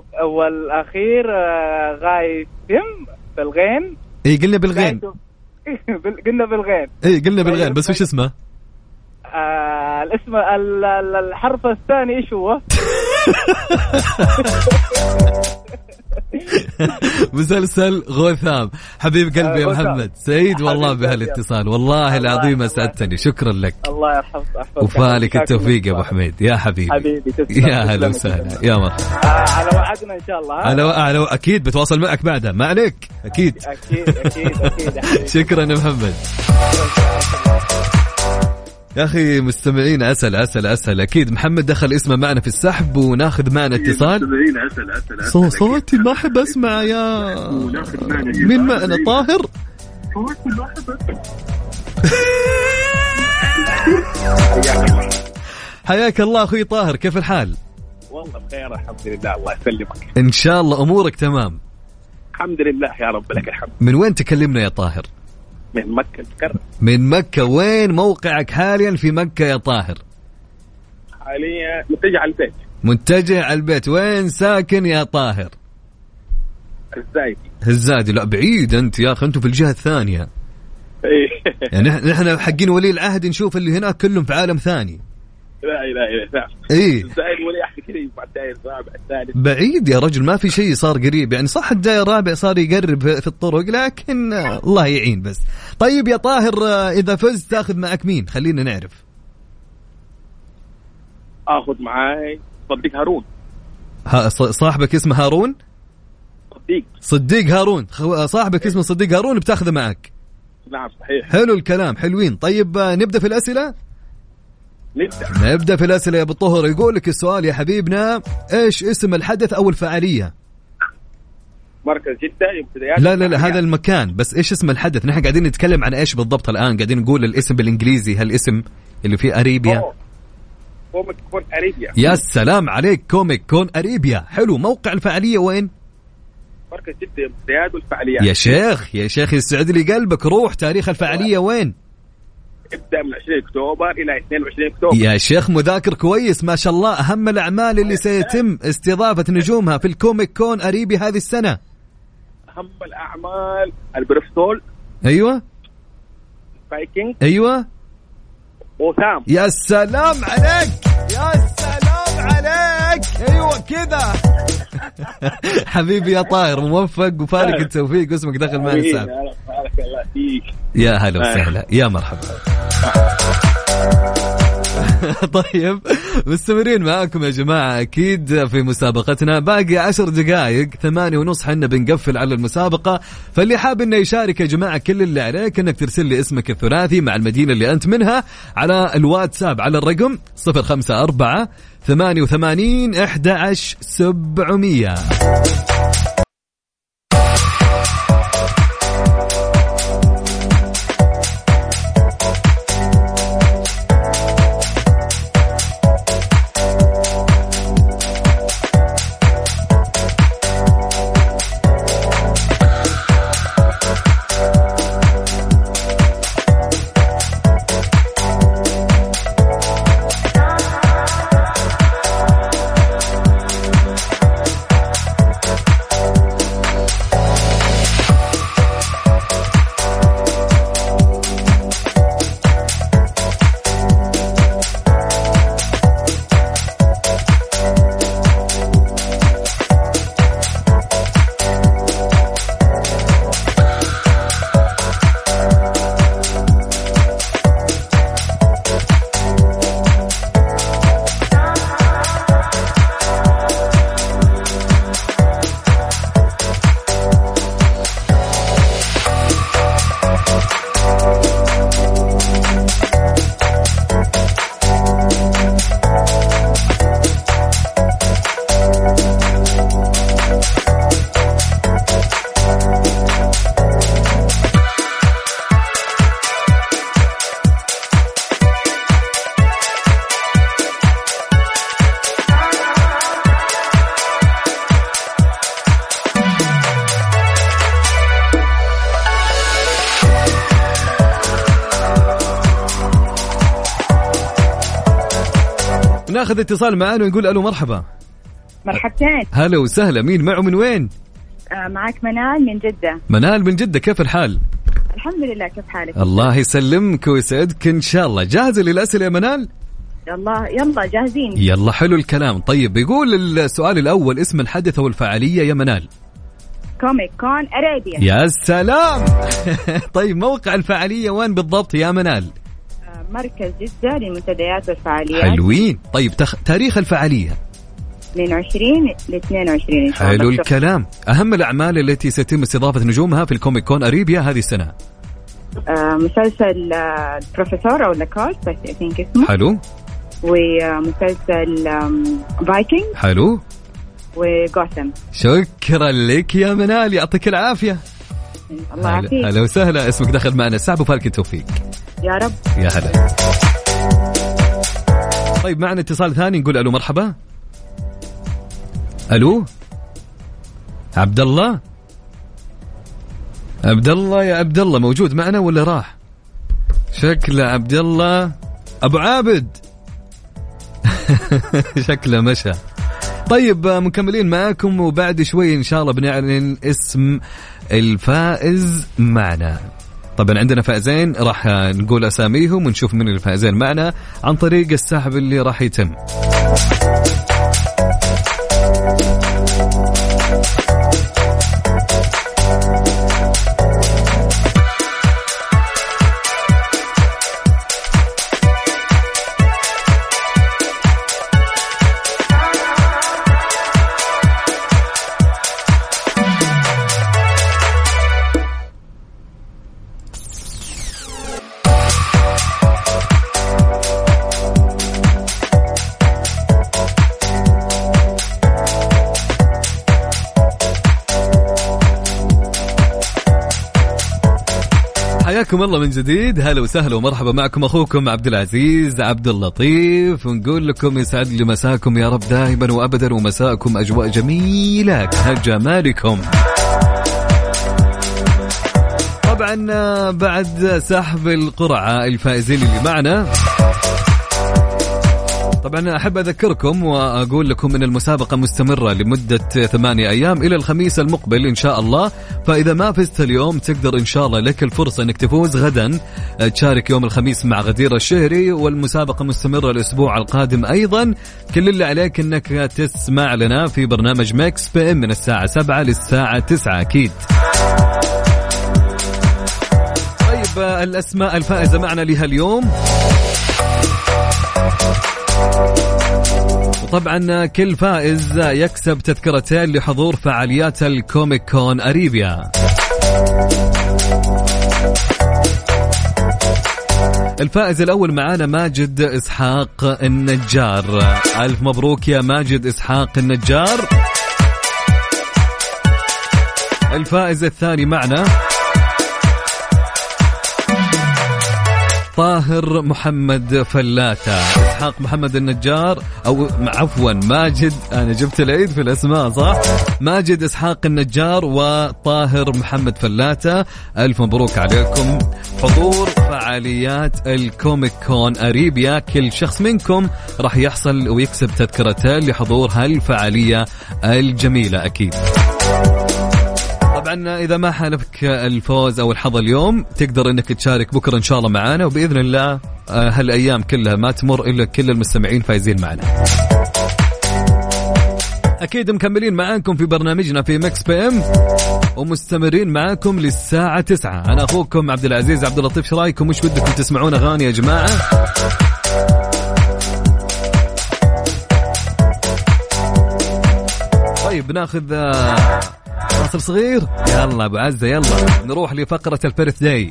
غايتم بالغين. اي قلنا بالغين. قلنا بالغين. اي قلنا بالغين بس وش اسمه؟ الاسم الحرف الثاني ايش هو؟ مسلسل غوثام. حبيب قلبي يا محمد، سعيد والله بهالاتصال، والله العظيم اسعدتني، شكرا لك. الله يرحمك وفالك التوفيق يا ابو حميد يا حبيبي. يا هلا وسهلا يا مرحبا. على وعدنا ان شاء الله. على اكيد بتواصل معك بعدها، ما عليك. اكيد. شكرا يا محمد. يا أخي مستمعين أسأل أكيد محمد دخل اسمه معنا في السحب وناخذ معنا اتصال. صوتي ما أحب أسمع يا مين معنا؟ طاهر. حياك الله أخوي طاهر، كيف الحال؟ والله بخير الحمد لله، الله يسلمك. إن شاء الله أمورك تمام. الحمد لله يا رب لك الحمد. من وين تكلمنا يا طاهر؟ من مكة المكرمة. من مكة. وين موقعك حاليا في مكة يا طاهر؟ حاليا متجه على البيت. متجه على البيت. وين ساكن يا طاهر؟ الزايدي. لا بعيد أنت يا أخي، أنتوا في الجهة الثانية. يعني نحن حقين ولي العهد نشوف اللي هناك كلهم في عالم ثاني. لا إيه الزايد ولي عهد قريب، بعد الداير الرابع الثالث بعيد يا رجل، ما في شيء صار قريب. يعني صح الداير الرابع صار يقرب في الطرق، لكن الله يعين بس. طيب يا طاهر، إذا فزت تأخذ معك مين؟ خلينا نعرف. أخذ معاي صديق هارون. صاحبك اسمه هارون؟ صديق هارون. صاحبك اسمه صديق هارون بتاخذه معك؟ نعم صحيح. حلو الكلام، حلوين. طيب نبدأ في الأسئلة. نبدأ في الأسئلة يا أبو الطهر. يقول لك السؤال يا حبيبنا، إيش اسم الحدث أو الفعالية؟ مركز جدة. لا هذا المكان، بس إيش اسم الحدث؟ نحن قاعدين نتكلم عن إيش بالضبط الآن؟ قاعدين نقول الاسم بالإنجليزي، هالاسم اللي فيه أريبيا. كوميك كون أريبيا. يا سلام عليك، كوميك كون أريبيا. حلو. موقع الفعالية وين؟ مركز جدة امتداد والفعاليات. يا شيخ يسعد لي قلبك. روح. تاريخ الفعالية وين؟ ابدأ من 20 أكتوبر إلى 22 أكتوبر. يا شيخ مذاكر كويس ما شاء الله. أهم الأعمال اللي سيتم استضافة نجومها في الكوميك كون أريبي هذه السنة. أهم الأعمال البروفيسور. أيوة. فايكنج. أيوة. غوثام. يا سلام عليك، يا سلام عليك. أيوة كذا. حبيبي يا طاهر، موفق وفارق التوفيق، واسمك دخل معنا السحب. يا هلا وسهلا يا مرحبا. طيب مستمرين معاكم يا جماعة أكيد في مسابقتنا. باقي 10 دقائق، 8:30 حنا بنقفل على المسابقة. فاللي حاب إنه يشارك يا جماعة، كل اللي عليك إنك ترسل لي اسمك الثلاثي مع المدينة اللي أنت منها على الواتساب على الرقم 0548811700. ناخذ اتصال معانا ونقول ألو مرحبا. مرحبتين. هلا وسهلا، مين معه من وين؟ معك منال من جدة. منال من جدة، كيف الحال؟ الحمد لله، كيف حالك؟ الله يسلمك ويسعدك إن شاء الله. جاهزة للأسئلة يا منال؟ يلا جاهزين. يلا حلو الكلام. طيب بيقول السؤال الأول، اسم الحدث أو الفعالية يا منال؟ كوميك كون أرابيا. يا سلام. طيب موقع الفعالية وين بالضبط يا منال؟ مركز جدة للمنتديات والفعاليات. حلوين. طيب تاريخ الفعالية؟ من 20 ل 22 إن شاء الله. حلو الكلام. أهم الأعمال التي سيتم استضافة نجومها في الكوميك كون أريبيا هذه السنة؟ مسلسل البروفيسور أو لاكارت بس أثينك اسمه. حلو. ومسلسل فايكنج. حلو. وغوثم. شكرا لك يا منال، يعطيك العافية. الله يعافيك. هلا وسهلا، اسمك دخل معنا السحب وفالك التوفيق. يا رب. يا هلا. طيب معنا اتصال ثاني، نقول ألو مرحبا. ألو عبد الله. عبد الله يا عبد الله موجود معنا ولا راح؟ شكله عبد الله أبو عابد. شكله مشى. طيب مكملين معاكم وبعد شوي إن شاء الله بنعلن اسم الفائز معنا. طبعا عندنا فائزين راح نقول أساميهم ونشوف من الفائزين معنا عن طريق السحب اللي راح يتم. حياكم الله من جديد، هلا وسهلا ومرحبا معكم أخوكم عبد العزيز عبد اللطيف، ونقول لكم يسعد لي مساكم يا رب دائما وأبدا، ومساكم أجواء جميلة كجمالكم. طبعا بعد سحب القرعة الفائزين اللي معنا، طبعا أحب أذكركم وأقول لكم أن المسابقة مستمرة لمدة 8 أيام إلى الخميس المقبل إن شاء الله. فإذا ما فزت اليوم تقدر إن شاء الله لك الفرصة أنك تفوز غدا، تشارك يوم الخميس مع غدير الشهري، والمسابقة مستمرة الأسبوع القادم أيضا. كل اللي عليك أنك تسمع لنا في برنامج ميكس بي ام من الساعة 7 للساعة 9 أكيد. طيب الأسماء الفائزة معنا لها اليوم، وطبعا كل فائز يكسب تذكرتين لحضور فعاليات الكوميك كون أريبيا. الفائز الأول معانا ماجد إسحاق النجار، ألف مبروك يا ماجد إسحاق النجار. الفائز الثاني معنا طاهر محمد فلاتة، إسحاق محمد النجار، أو عفوا ماجد، أنا جبت العيد في الأسماء صح؟ ماجد إسحاق النجار وطاهر محمد فلاتة، ألف مبروك عليكم حضور فعاليات الكوميك كون أريبيا. كل شخص منكم راح يحصل ويكسب تذكرتين لحضور هالفعالية الجميلة أكيد. طبعا إذا ما حالفك الفوز أو الحظ اليوم تقدر أنك تشارك بكرة إن شاء الله معنا، وبإذن الله هالأيام كلها ما تمر إلا كل المستمعين فايزين معنا. أكيد مكملين معاكم في برنامجنا في ميكس بي ام ومستمرين معاكم للساعة 9. أنا أخوكم عبد العزيز عبد اللطيف. شو رايكم؟ وش بدكم تسمعون أغاني يا جماعة؟ طيب ناخذ فاصل صغير، يلا ابو عزة يلا نروح لفقرة البيرث داي.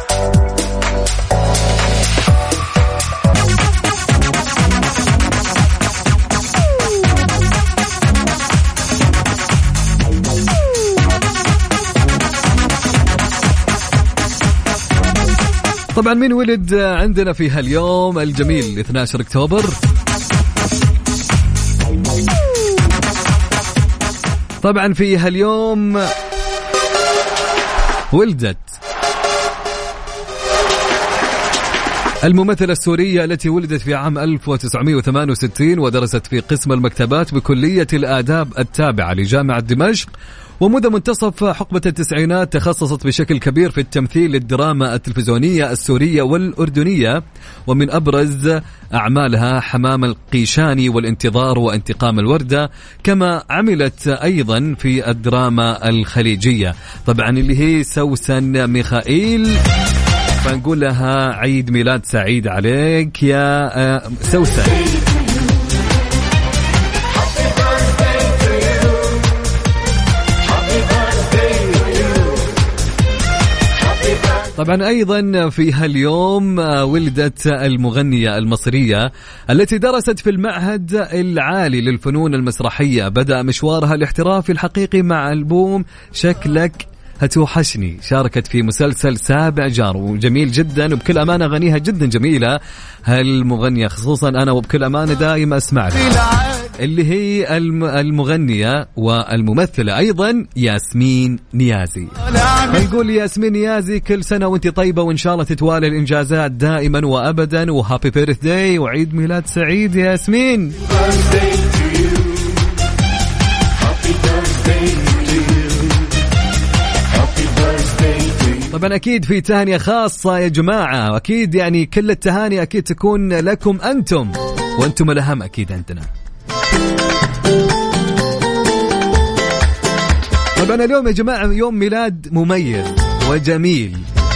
طبعا مين ولد عندنا في هاليوم الجميل 12 أكتوبر؟ طبعا في هاليوم ولدت الممثلة السورية التي ولدت في عام 1968 ودرست في قسم المكتبات بكلية الآداب التابعة لجامعة دمشق، ومنذ منتصف حقبة التسعينات تخصصت بشكل كبير في التمثيل للدراما التلفزيونية السورية والأردنية، ومن أبرز أعمالها حمام القيشاني والانتظار وانتقام الوردة، كما عملت أيضا في الدراما الخليجية طبعا اللي هي سوسن ميخائيل، فنقول لها عيد ميلاد سعيد عليك يا سوسن. طبعا أيضا في هاليوم ولدت المغنية المصرية التي درست في المعهد العالي للفنون المسرحية، بدأ مشوارها الاحترافي الحقيقي مع ألبوم شكلك هتوحشني، شاركت في مسلسل سابع جار وجميل جدا، وبكل أمانة غنيها جدا جميلة هالمغنية، خصوصا أنا وبكل أمانة دائما أسمعها، اللي هي المغنية والممثلة أيضا ياسمين نيازي. نقول ياسمين نيازي كل سنة وانت طيبة، وإن شاء الله تتوالى الإنجازات دائما وأبدا، وهابي بيرثداي وعيد ميلاد سعيد يا ياسمين. طبعا أكيد في تهاني خاصة يا جماعة، أكيد يعني كل التهاني أكيد تكون لكم أنتم، وأنتم الأهم أكيد عندنا. طبعا اليوم يا جماعة يوم ميلاد مميز وجميل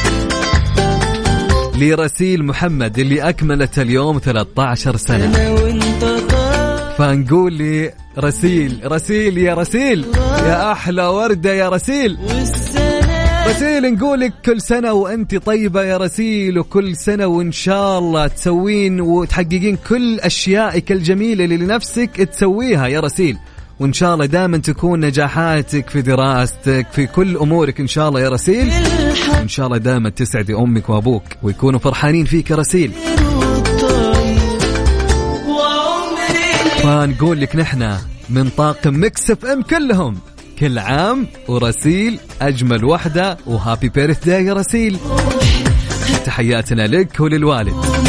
لرسيل محمد اللي أكملت اليوم 13 سنة، فنقول لي رسيل يا رسيل يا أحلى وردة يا رسيل، نقولك كل سنة وأنت طيبة يا رسيل، وكل سنة وإن شاء الله تسوين وتحققين كل أشيائك الجميلة اللي لنفسك تسويها يا رسيل، وإن شاء الله دائما تكون نجاحاتك في دراستك في كل أمورك إن شاء الله يا رسيل، إن شاء الله دائما تسعدي أمك وأبوك ويكونوا فرحانين فيك يا رسيل. فنقول لك نحنا من طاقم ميكس اف ام كلهم كل عام ورسيل أجمل وحدة، وهابي بيرثداي يا رسيل، تحياتنا لك وللوالد.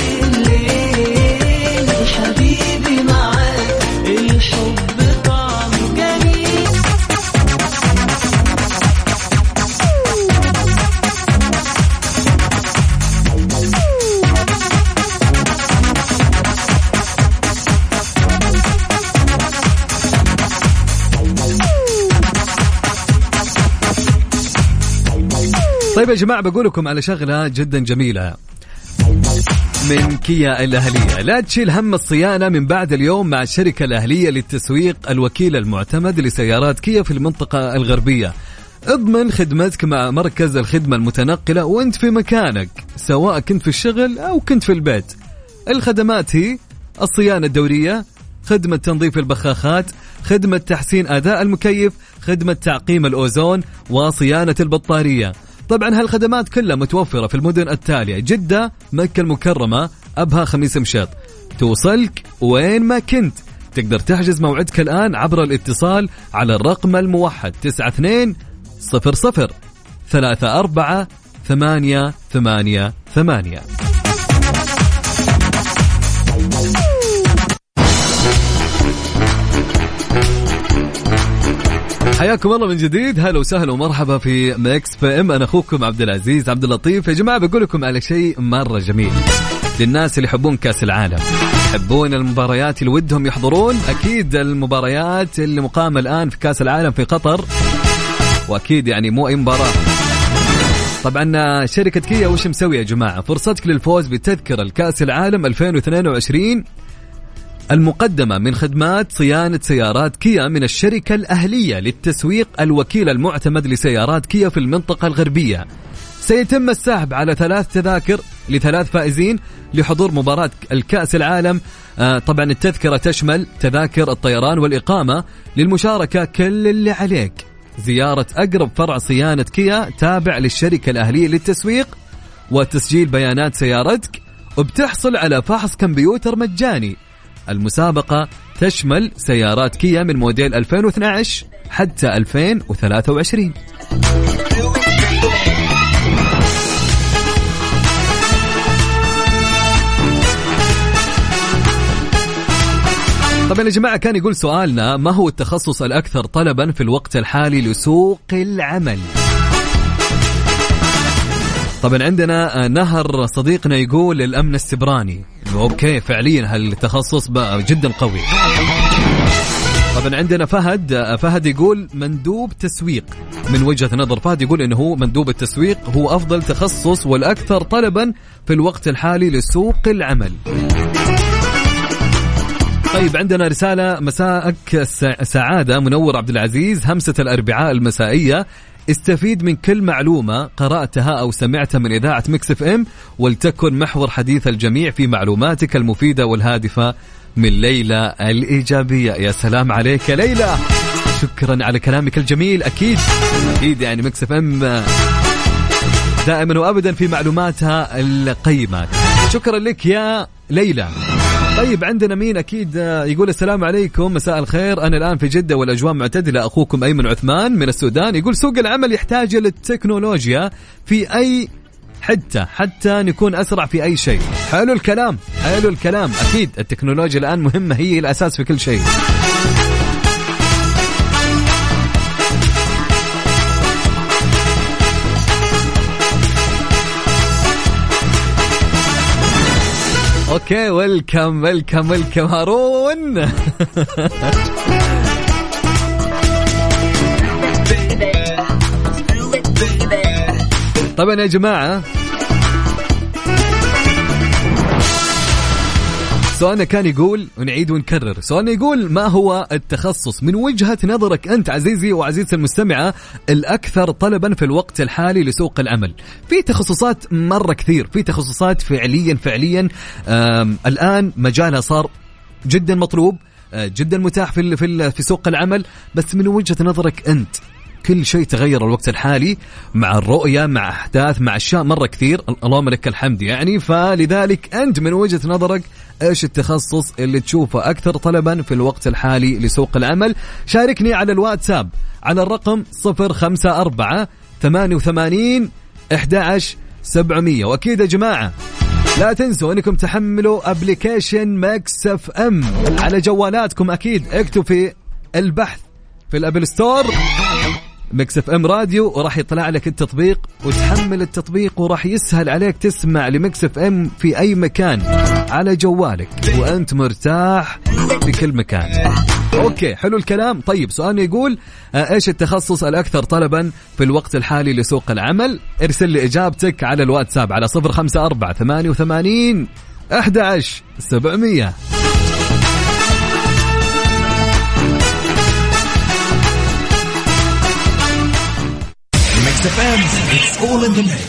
طيب يا جماعة بقول لكم على شغلة جدا جميلة من كيا الأهلية، لا تشيل هم الصيانة من بعد اليوم مع الشركة الأهلية للتسويق، الوكيل المعتمد لسيارات كيا في المنطقة الغربية. اضمن خدمتك مع مركز الخدمة المتنقلة وانت في مكانك، سواء كنت في الشغل أو كنت في البيت. الخدمات هي الصيانة الدورية، خدمة تنظيف البخاخات، خدمة تحسين أداء المكيف، خدمة تعقيم الأوزون، وصيانة البطارية. طبعا هالخدمات كلها متوفرة في المدن التالية: جدة، مكة المكرمة، أبها، خميس مشيط. توصلك وين ما كنت. تقدر تحجز موعدك الآن عبر الاتصال على الرقم الموحد 9200348888. حياكم الله من جديد، هلا وسهلا ومرحبا في ميكس بي ام. انا اخوكم عبد العزيز عبد اللطيف. يا جماعه بقول لكم على شيء مره جميل للناس اللي يحبون كاس العالم، يحبون المباريات اللي ودهم يحضرون. اكيد المباريات اللي مقامه الان في كاس العالم في قطر، واكيد يعني مو اي مباراه. طبعا شركه كيا وش مسويه يا جماعه؟ فرصتك للفوز بتذكره الكاس العالم 2022 المقدمة من خدمات صيانة سيارات كيا من الشركة الأهلية للتسويق، الوكيل المعتمد لسيارات كيا في المنطقة الغربية. سيتم السحب على 3 تذاكر ل3 فائزين لحضور مباراة الكأس العالم. طبعا التذكرة تشمل تذاكر الطيران والإقامة. للمشاركة كل اللي عليك زيارة أقرب فرع صيانة كيا تابع للشركة الأهلية للتسويق وتسجيل بيانات سيارتك، وبتحصل على فحص كمبيوتر مجاني. المسابقة تشمل سيارات كيا من موديل 2012 حتى 2023. طبعا يا جماعة كان يقول سؤالنا: ما هو التخصص الأكثر طلبا في الوقت الحالي لسوق العمل؟ طبعا عندنا نهر صديقنا يقول الأمن السبراني. أوكي فعليا هالتخصص بقى جدا قوي. طبعا عندنا فهد يقول مندوب تسويق. من وجهة نظر فهد يقول إنه هو مندوب التسويق هو أفضل تخصص والأكثر طلبا في الوقت الحالي لسوق العمل. طيب عندنا رسالة: مساءك سعادة منور عبد العزيز، همسة الأربعاء المسائية، استفيد من كل معلومة قرأتها أو سمعتها من إذاعة ميكس اف ام، ولتكن محور حديث الجميع في معلوماتك المفيدة والهادفة. من ليلى الإيجابية. يا سلام عليك يا ليلى، شكرا على كلامك الجميل. أكيد يعني ميكس اف ام دائما وأبدا في معلوماتها القيمة. شكرا لك يا ليلى. طيب عندنا مين أكيد يقول السلام عليكم مساء الخير، أنا الآن في جدة والأجواء معتدلة، أخوكم أيمن عثمان من السودان. يقول سوق العمل يحتاج للتكنولوجيا في أي حتى نكون أسرع في أي شيء. حلو الكلام حلو الكلام. أكيد التكنولوجيا الآن مهمة، هي الأساس في كل شيء. اوكي ويلكم هارون. طبعا يا جماعة سؤالنا كان يقول، ونعيد ونكرر سؤالنا يقول: ما هو التخصص من وجهة نظرك أنت عزيزي وعزيزتي المستمعة الأكثر طلبا في الوقت الحالي لسوق العمل؟ في تخصصات مرة كثير، في تخصصات فعليا الآن مجالها صار جدا مطلوب، جدا متاح في سوق العمل. بس من وجهة نظرك أنت كل شيء تغير الوقت الحالي مع الرؤية، مع أحداث، مع أشياء مرة كثير، اللهم لك الحمد يعني. فلذلك أنت من وجهة نظرك إيش التخصص اللي تشوفه أكثر طلبا في الوقت الحالي لسوق العمل؟ شاركني على الواتساب على الرقم 054-88-11-700. وأكيد يا جماعة لا تنسوا أنكم تحملوا أبليكيشن ميكس اف ام على جوالاتكم. أكيد اكتبوا في البحث في الأبل ستور ميكس اف ام راديو وراح يطلع لك التطبيق، وتحمل التطبيق وراح يسهل عليك تسمع لميكس اف ام في أي مكان على جوالك وأنت مرتاح في كل مكان. أوكي حلو الكلام. طيب سؤالنا يقول: إيش التخصص الأكثر طلبا في الوقت الحالي لسوق العمل؟ ارسل لي إجابتك على الواتساب على 054-88-11-700. It's all in the mix.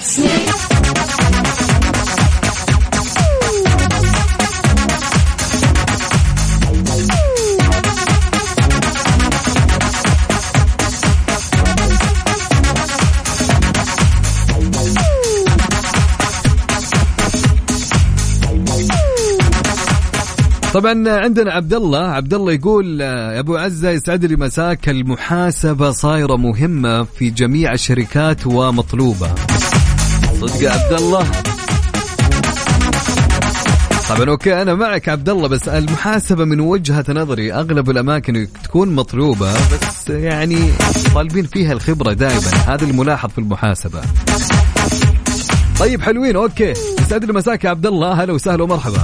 طبعا عندنا عبد الله يقول: يا ابو عزة يسعد لي مساك، المحاسبة صايرة مهمة في جميع الشركات ومطلوبة. صدق يا عبد الله؟ طبعا اوكي انا معك عبد الله، بس المحاسبة من وجهة نظري اغلب الاماكن تكون مطلوبة، بس يعني طالبين فيها الخبرة دائما، هذا الملاحظ في المحاسبة. طيب حلوين. اوكي يسعد لي مساك يا عبد الله، هلا وسهلا ومرحبا.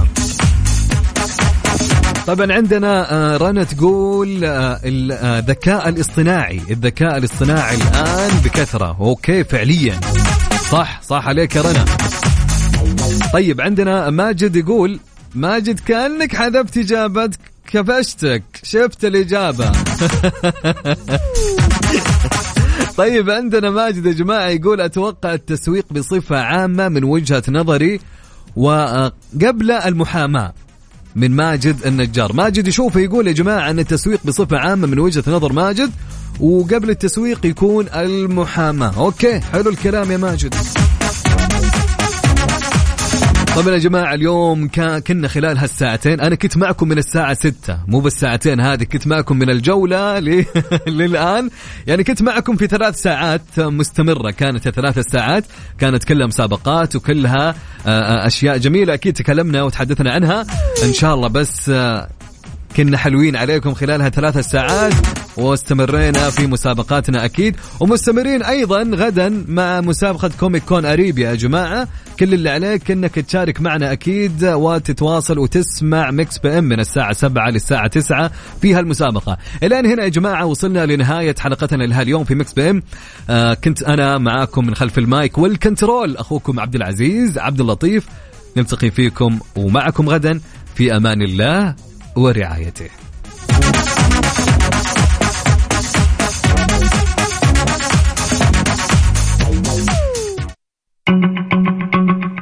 طبعا عندنا رنا تقول الذكاء الاصطناعي الآن بكثرة. أوكي فعليا صح عليك يا رنا. طيب عندنا ماجد يقول: ماجد كأنك حذفت إجابتك، كفشتك، شفت الإجابة. طيب عندنا ماجد يا جماعة يقول: أتوقع التسويق بصفة عامة من وجهة نظري وقبل المحاماة. من ماجد النجار. ماجد يشوف يقول يا جماعة أن التسويق بصفة عامة من وجهة نظر ماجد، وقبل التسويق يكون المحاماة. أوكي حلو الكلام يا ماجد. طبعا يا جماعة اليوم كنا خلال هالساعتين، أنا كنت معكم من الساعة 6، مو بالساعتين هذه، كنت معكم من الجولة للآن، يعني كنت معكم في 3 ساعات مستمرة. كانت 3 ساعات كانت كلها مسابقات وكلها أشياء جميلة أكيد تكلمنا وتحدثنا عنها إن شاء الله. بس كنا حلوين عليكم خلالها 3 ساعات، واستمرينا في مسابقاتنا أكيد، ومستمرين أيضا غدا مع مسابقة كوميك كون أريبيا. يا جماعة كل اللي عليك أنك تشارك معنا أكيد وتتواصل وتسمع ميكس بي ام من الساعة 7 للساعة 9 في هالمسابقة. الآن هنا يا جماعة وصلنا لنهاية حلقتنا لهاليوم في ميكس بي ام. كنت أنا معاكم من خلف المايك والكنترول أخوكم عبد العزيز عبد اللطيف. نلتقي فيكم ومعكم غدا في أمان الله ورعايته.